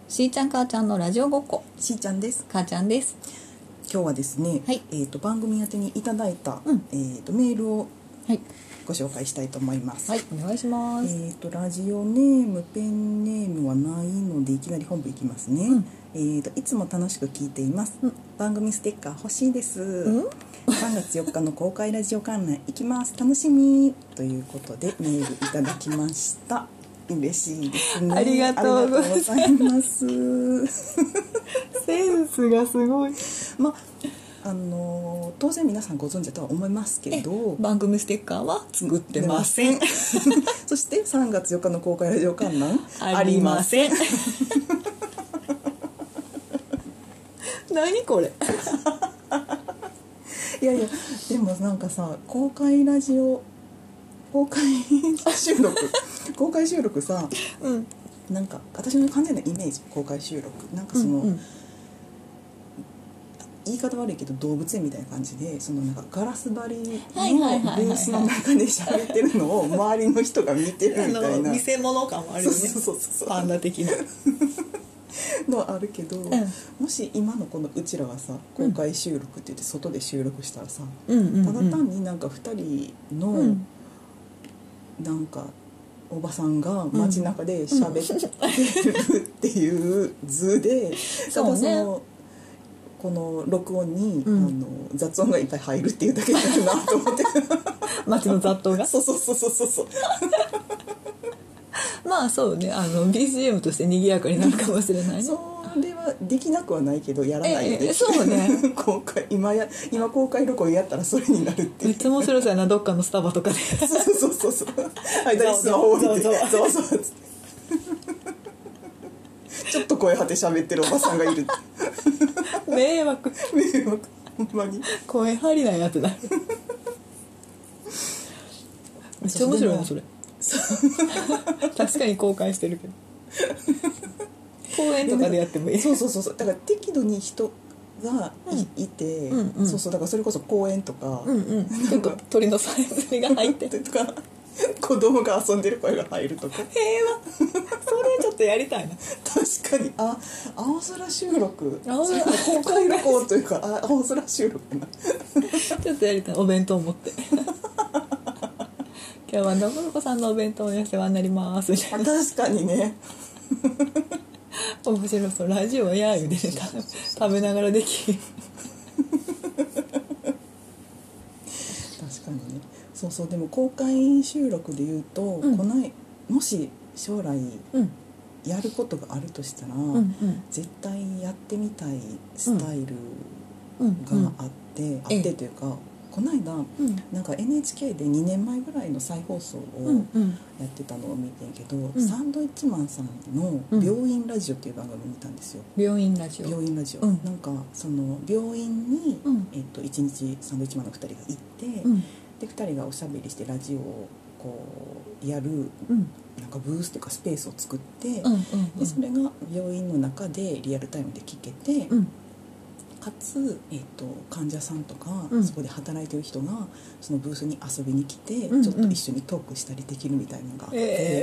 しーちゃん母ちゃんのラジオごっこ。 しーちゃんです。 母ちゃんです。 今日はですね、 はい番組宛てにいただいた、メールをご紹介したいと思います。 はい、お願いします。 ラジオネーム、ペンネームはないのでいきなり本部いきますね。いつも楽しく聞いています。番組ステッカー欲しいです。3月4日の公開ラジオ観覧行きます。楽しみということでメールいただきました。嬉しいですね。 ありがとうございます。 センスがすごい。 当然皆さんご存知だとは思いますけど、 番組ステッカーは作ってません。 そして3月4日の公開ラジオ観覧ありません。何これ。 いやでもなんかさ、公開収録さ、なんか私の完全なイメージ、公開収録なんかその、言い方悪いけど動物園みたいな感じで、そのなんかガラス張りのブースの中で喋ってるのを周りの人が見てるみたいな見せ物感もあるよね。 そうパンダ的なのあるけど、もし今のこのうちらがさ、公開収録って言って外で収録したらさ、ただ単になんか2人のなんかおばさんが街中で喋ってるっていう図で、ただそのこの録音に、雑音がいっぱい入るっていうだけになるなと思って街の雑踏がそうまあそうね、BGM として賑やかになるかもしれないね。 それはできなくはないけどやらないで、 そうね今公開録音やったらそれになるっていう。 めっちゃ面白そうやな、どっかのスタバとかでそう間にスマホ置いてそうちょっと声張って喋ってるおばさんがいる迷惑ほんまに声張りなやつだ。めっちゃ面白いなそれ。確かに公開してるけど公園とかでやってもいい。 そうだから適度に人が いて、そうだからそれこそ公園とか、 ちょっと鳥のさえずりが入ってとか子供が遊んでる声が入るとか。 平和。それちょっとやりたいな。 確かに青空収録、 公開録音というか青空収録なちょっとやりたい。お弁当持って今日はのぶろこさんのお弁当にお世話になりますみたいな。 確かにね面白そう。ラジオや言うで、食べながらできる確かにね。そうでも公開収録で言うと、もし将来やることがあるとしたら、絶対やってみたいスタイルがあって、というかこの間、なんか NHK で2年前ぐらいの再放送をやってたのを見てんけど、サンドイッチマンさんの「病院ラジオ」っていう番組を見たんですよ。 病院ラジオ。 なんかその病院に、1日サンドイッチマンの2人が行って、で2人がおしゃべりしてラジオをこうやる、なんかブースというかスペースを作って、でそれが病院の中でリアルタイムで聞けて、かつ、患者さんとか、そこで働いてる人がそのブースに遊びに来て、ちょっと一緒にトークしたりできるみたいなのがあって、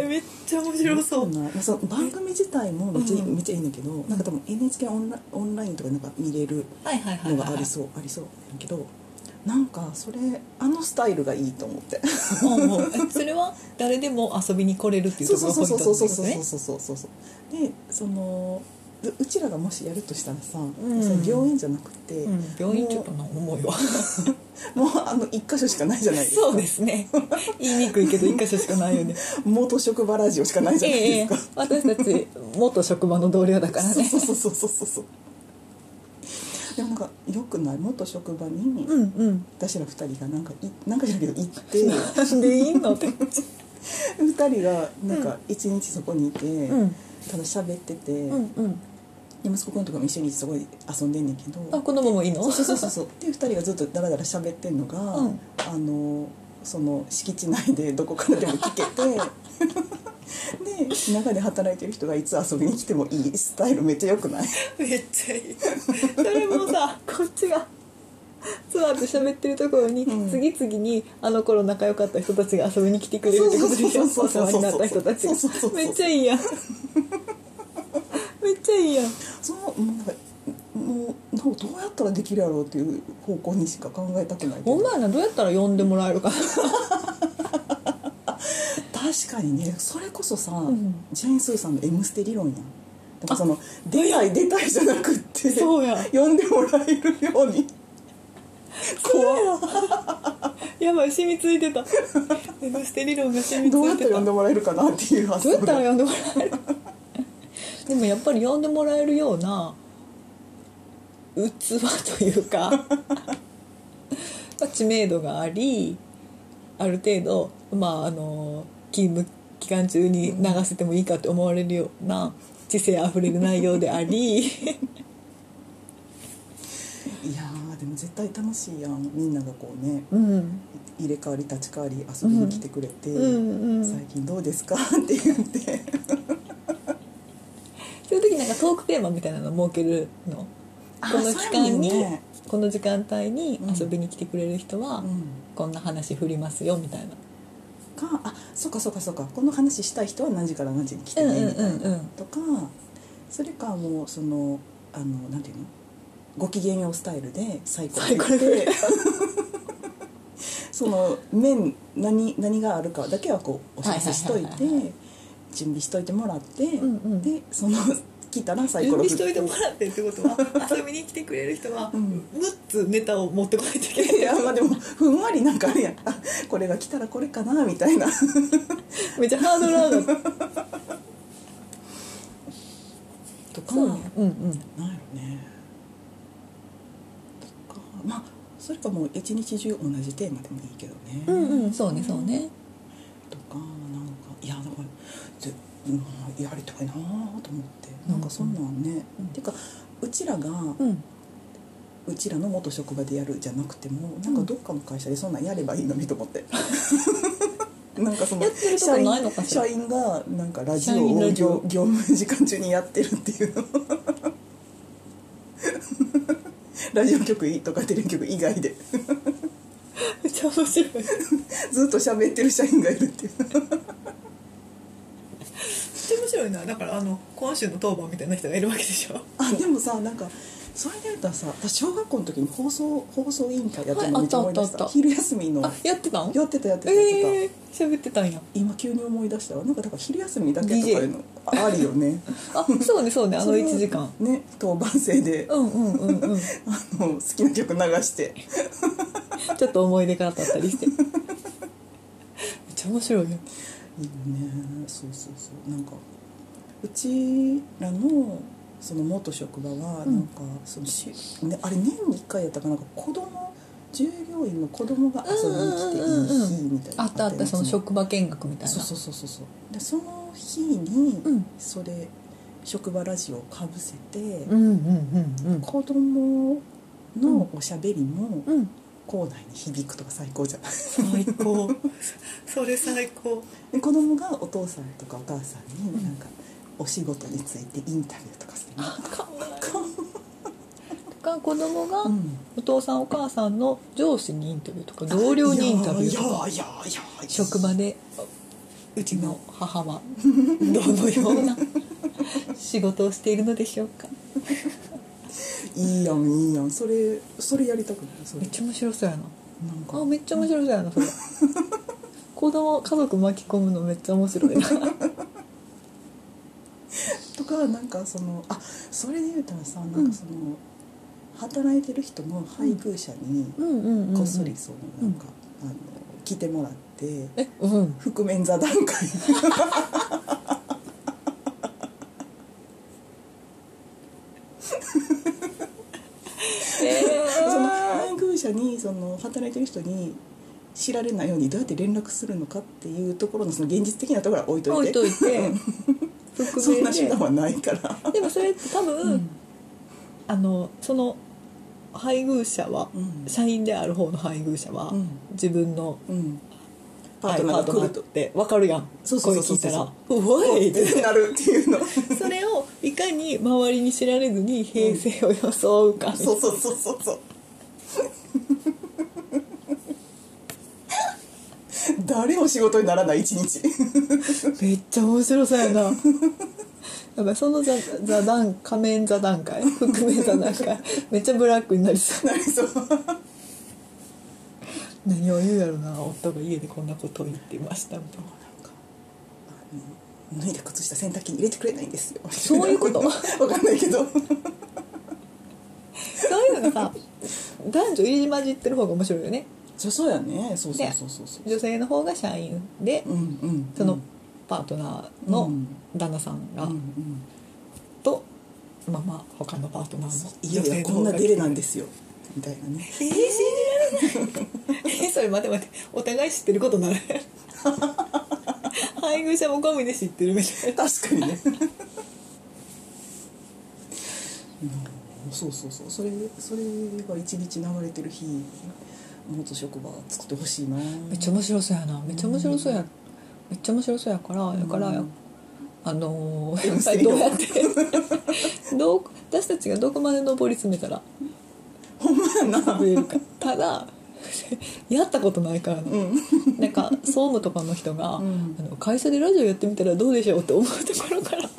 めっちゃ面白そう。 その番組自体もめっちゃいいんだけど、なんか多分 NHK オンラインとかなんか見れるのがありそうだけど、なんかそれスタイルがいいと思ってそれは誰でも遊びに来れるっていうところがポイントなんですね。 でそのうちらがもしやるとしたらさ、その病院じゃなくて、 病院ちょっとな重いわもう一箇所しかないじゃないですか。 そうですね、言いにくいけど一箇所しかないよね元職場ラジオしかないじゃないですか、 私たち元職場の同僚だからね。 そうでもなんかよくない、元職場に私ら2人がなんかじゃないけど行ってなんでいいのって 2人がなんか1日そこにいて、ただ喋ってて、で息子くんとかも一緒にそこで遊んでんねんけど、 子供もいいの？ そうで2人がずっとダラダラ喋ってんのが、その敷地内でどこからでも聞けてで中で働いてる人がいつ遊びに来てもいいスタイルめっちゃ良くない？ めっちゃいい。それもさ、こっちが座って喋ってるところに、次々にあの頃仲良かった人たちが遊びに来てくれるってことでしょ。お世話になった人たちがめっちゃいいやんめっちゃいいやん。 そのもうどうやったらできるやろうっていう方向にしか考えたくないけど。 ほんまやな、どうやったら呼んでもらえるかな。 確かにね、それこそさ、 んジェーン・スーさんの M ステ理論やん。だからその出たいじゃなくってそうや呼んでもらえるように。怖っ。 やばい、染みついてた。M ステ理論が染みついてた。 どうやったら呼んでもらえるかなっていう発どうや想で。 ったら呼んでもらえる。でもやっぱり呼んでもらえるような器というかまあ知名度があり、ある程度勤務期間中に流せてもいいかって思われるような知性あふれる内容でありいやーでも絶対楽しいやん。みんながこうね、入れ替わり立ち替わり遊びに来てくれて、最近どうですかって言ってそういう時なんかトークテーマみたいなの設けるの。この期間に、この時間帯に遊びに来てくれる人は、こんな話振りますよみたいな。 そうかこの話したい人は何時から何時に来てねみたいなとか、それかもうそのなんていうの、ご機嫌ようスタイルでサイコロでその何があるかだけはこうお知らせしといて準備しといてもらって、でその来たらサイコロ準備しといてもらってってことは遊びに来てくれる人は6つネタを持ってこないといけない。 いやまあでもふんわりなんかあるやん、これが来たらこれかなみたいなめっちゃハードル上がったとか、 そうね、 なんやろねとか、まあそれかもう一日中同じテーマでもいいけどね、 そうねそうねとかなんかいやだからやりたいなと思って、なんかそんなんね、てかうちらが、うちらの元職場でやるじゃなくてもなんかどっかの会社でそんなんやればいいのにと思ってなんかその社員がなんかラジオを業務時間中にやってるっていうのラジオ局とかテレビ局以外でめっちゃ面白いずっと喋ってる社員がいるっていうめっちゃ面白いな。だから今週の当番みたいな人がいるわけでしょ。 でもさ、なんかそれで言ったらさ、私小学校の時に放送委員会やってるのめっちゃ思い出した。昼休みのやってたん？ やってた喋ってたんや。 今急に思い出したわ。なんかだから昼休みだけとかいうのありよねそうね1時間ね、当番制で好きな曲流してちょっと思い出があったりしてめっちゃ面白いよ。いいよね。そうなんかうちらのその元職場はなんかそのあれ年に1回やったかなんか従業員の子供が遊びに来ていい日みたいなあったその職場見学みたいな。 そうでその日にそれ職場ラジオをかぶせて子供のおしゃべりも校内に響くとか最高じゃない？ 最高それ最高で子供がお父さんとかお母さんになんかお仕事についてインタビューとかしてか子供がお父さんお母さんの上司にインタビューとか同僚にインタビューとか職場でうちの母はどのような仕事をしているのでしょうか。 いいやんそれやりたくない？ めっちゃ面白そうやな。 なんかめっちゃ面白そうやなそれ家族巻き込むのめっちゃ面白いなとかなんかそれで言うたらさ、なんかその働いてる人の配偶者にこっそりなんか来てもらって覆面座談会その配偶者に働いてる人に知られないようにどうやって連絡するのかっていうところのその現実的なところは置いといてそんな手段はないからでもそれって多分、その配偶者は、社員である方の配偶者は、自分の、 パートナーが来るとって分かるやん。 そう聞いたらうわいってなるっていうのそれをいかに周りに知られずに平静を装うか、 そう誰も仕事にならない一日めっちゃ面白そうやなやっぱりその仮面座談会覆面座談会めっちゃブラックになりそうなりそう何を言うやろな、夫が家でこんなことを言っていましたみたいな。 脱いだ靴下洗濯機に入れてくれないんですよ。 そういうことわかんないけどそういうのがさ、男女入り混じってる方が面白いよね。 そうやね。そう女性の方が社員で、そのパートナーの旦那さんが、とまあ他のパートナーの女性の方がこんなデレなんですよみたいなね。 信じられないそれ待ってお互い知ってることなる配偶者も込みで知ってるみたいな。 確かにねそうそれが一日流れてる日、元職場作ってほしいな。 めっちゃ面白そうやな。めっちゃ面白そうや、めっちゃ面白そうやから、だからやっぱりどうやって私たちがどこまで上り詰めたらほんまやな増えるか。ただやったことないからな、なんか総務とかの人が、会社でラジオやってみたらどうでしょうって思うところから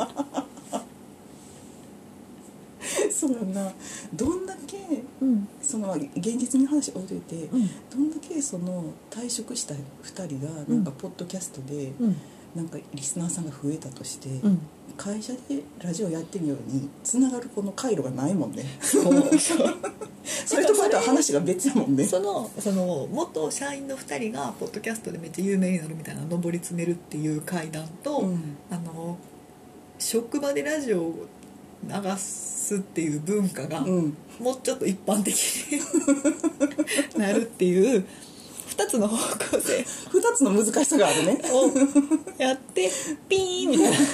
そうやな。どんだけ、その現実に話置いといて、どんだけその退職した2人がなんかポッドキャストで、なんかリスナーさんが増えたとして、会社でラジオやってるようにつながるこの回路がないもんね。それとこれとは話が別やもんね。 その元社員の2人がポッドキャストでめっちゃ有名になるみたいな上り詰めるっていう会談と、職場でラジオを流すっていう文化がもうちょっと一般的になるっていう2つの方向性 2つの難しさがあるねをやってピーンみたいな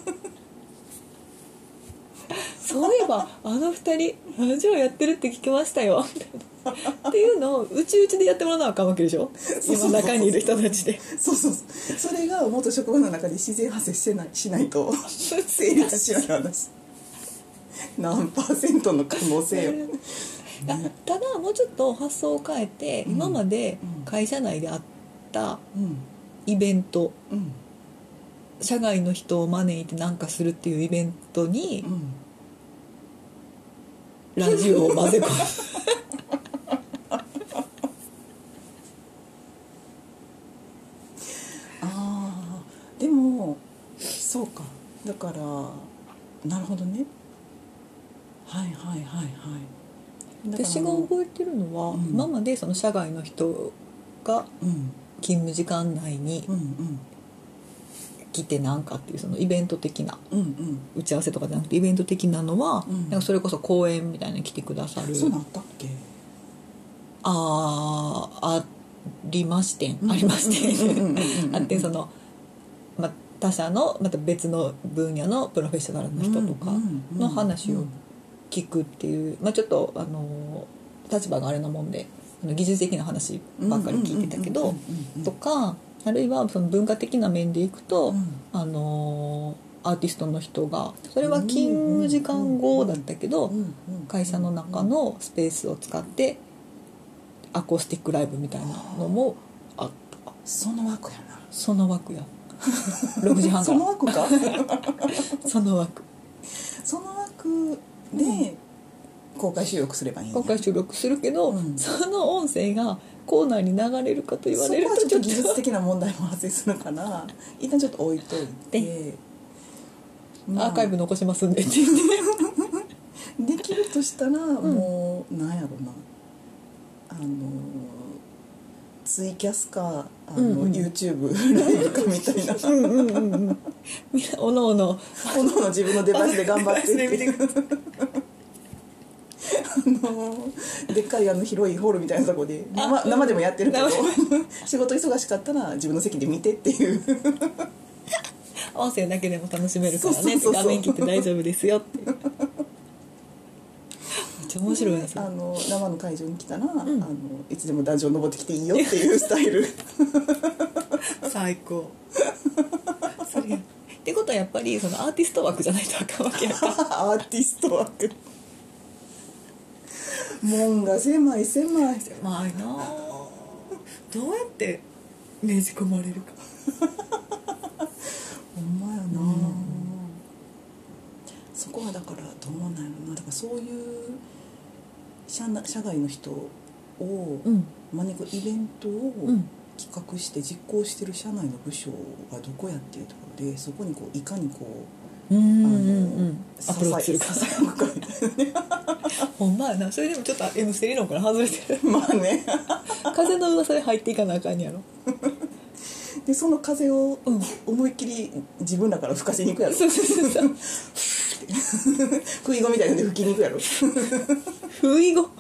そういえば2人ラジオやってるって聞きましたよっていうのをうちでやってもらわなあかんわけでしょ。今中にいる人たちでそれが元職場の中で自然発生しないと成立しない話。何%の可能性よ、 ただもうちょっと発想を変えて、今まで会社内であったイベント、社外の人を招いて何かするっていうイベントに、ラジオを混ぜ込むでもそうか、だからなるほどね。 私が覚えてるのは、今までその社外の人が勤務時間内に来てなんかっていうそのイベント的な、打ち合わせとかじゃなくてイベント的なのは、なんかそれこそ講演みたいに来てくださる。 そうなったっけ。 ありましてあってその、他社のまた別の分野のプロフェッショナルの人とかの話を聞くっていう、ちょっと立場があれなもんで技術的な話ばっかり聞いてたけどとか、あるいはその文化的な面でいくと、アーティストの人がそれは勤務時間後だったけど、会社の中のスペースを使ってアコースティックライブみたいなのもあった。 その枠やな。 その枠や6時半からその枠かその枠で公開収録すればいいんや。 公開収録するけど、その音声がコーナーに流れるかと言われるとそこはちょっと技術的な問題も発生するから一旦ちょっと置いといて、 アーカイブ残しますんでって言ってできるとしたら、もうなんやろな、ツイキャスかYouTube ライブかみたいなみんなおのおの自分のデバイスで頑張ってってでっかい広いホールみたいなとこで生でもやってるけど仕事忙しかったら自分の席で見てっていう音声だけでも楽しめるからね、画面切って大丈夫ですよってめっちゃ面白いですよ。 生の会場に来たら、いつでも壇上登ってきていいよっていうスタイル最高それってことはやっぱりそのアーティスト枠じゃないとあかんわけやからアーティスト枠門が狭いな。どうやってねじ込まれるかほんまやな、 そこはだからどうなんやろな。だからそういう社外の人を招くイベントを企画して実行してる社内の部署がどこやっていうところで、そこにこういかにこうアプローチするかほんまやな。それでもちょっと M ステ理論から外れてるまあね風の噂で入っていかなあかんやろでその風を思いっきり自分らから吹かしに行くやろそうそうそうそう不意語みたいなんで吹きに行くやろ不意語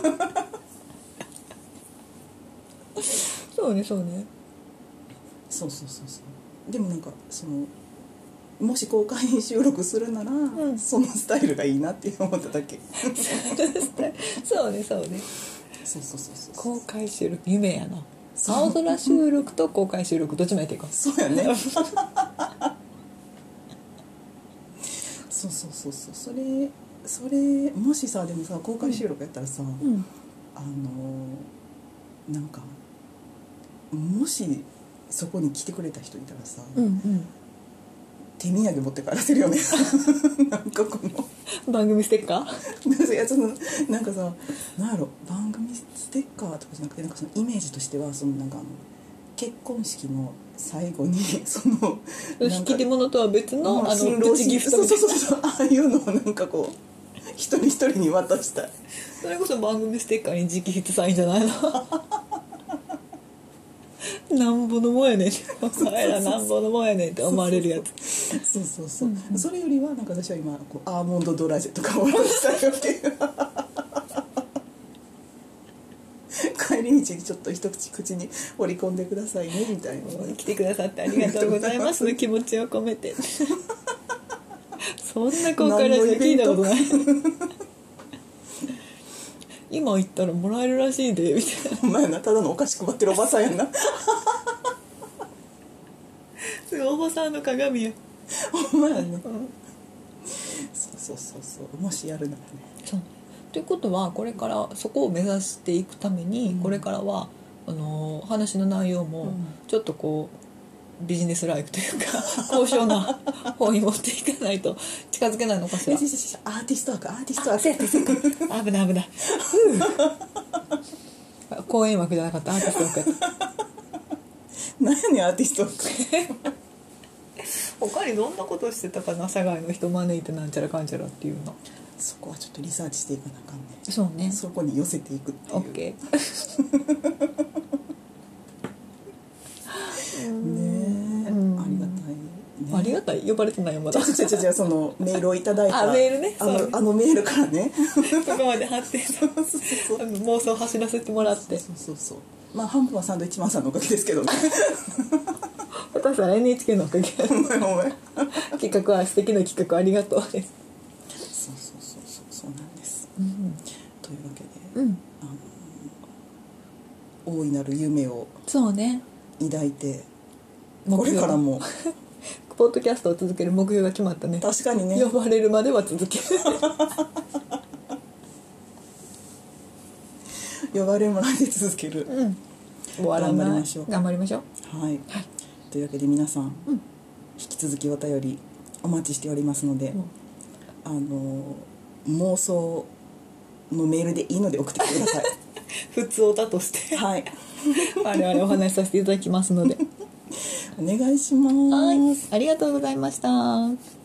そうねそうね。 そうでもなんかもし公開収録するなら、そのスタイルがいいなって思っただけそうねそうね。 そう公開収録夢やな。青空収録と公開収録どっちもやっていこう。 そうやねそうそれもしさ、でもさ公開収録やったらさ、なんかもしそこに来てくれた人いたらさ、手土産持って帰らせるよねなんかこの番組ステッカーいやなんかさ、なんやろ、番組ステッカーとかじゃなくて、なんかそのイメージとしてはなんか結婚式の最後に引き出物とは別の新郎新プチギフトみたいな、 そうああいうのをなんかこう一人一人に渡したい。 それこそ番組ステッカーに直筆サインじゃないのなんぼのもんやねんお前らなんぼのもんやねんって思われるやつ。 そう、それよりはなんか私は今こうアーモンドドラジェとかを渡したいわけ帰り道にちょっと一口に織り込んでくださいねみたいな。 来てくださってありがとうございますの気持ちを込めてそんな公開ラジオ聞いたことない今言ったらもらえるらしいでみたいな。 お前な、ただのお菓子配ってるおばさんやんなすごいおばさんの鏡や。 お前やね、そうもしやるならね。 そうということはこれからそこを目指していくために、これからは話の内容もちょっとこうビジネスライクというか高尚な方に持っていかないと近づけないのかしら。 アーティスト枠危ない公演枠じゃなかったアーティスト枠やった何やねんアーティスト枠他にどんなことしてたかな、社外の人招いてなんちゃらかんちゃらっていうの。 そこはちょっとリサーチしていかなあかんね。 そうね、 そこに寄せていくっていう。 オッケーねえ、ありがたい、ね、 ありがたい。呼ばれてないよまだ。 じゃそのメールをいただいたメールね、 あのメールからねそこまで発展妄想を走らせてもらって、 そうまあ半分はサンドイッチマンさんのおかげですけどね私は NHK のおかげお前企画は素敵な企画ありがとうです。 そうなんです、というわけで、 うん大いなる夢をそうね、 抱いてこれからもポッドキャストを続ける目標が決まったね。 確かにね、 呼ばれるまでは続ける呼ばれるまで続ける、 終わらない。頑張りましょう。 はい、というわけで皆さん、引き続きお便りお待ちしておりますので、妄想のメールでいいので送ってきてください普通歌としてはい我々お話しさせていただきますのでお願いします。 はい、ありがとうございました。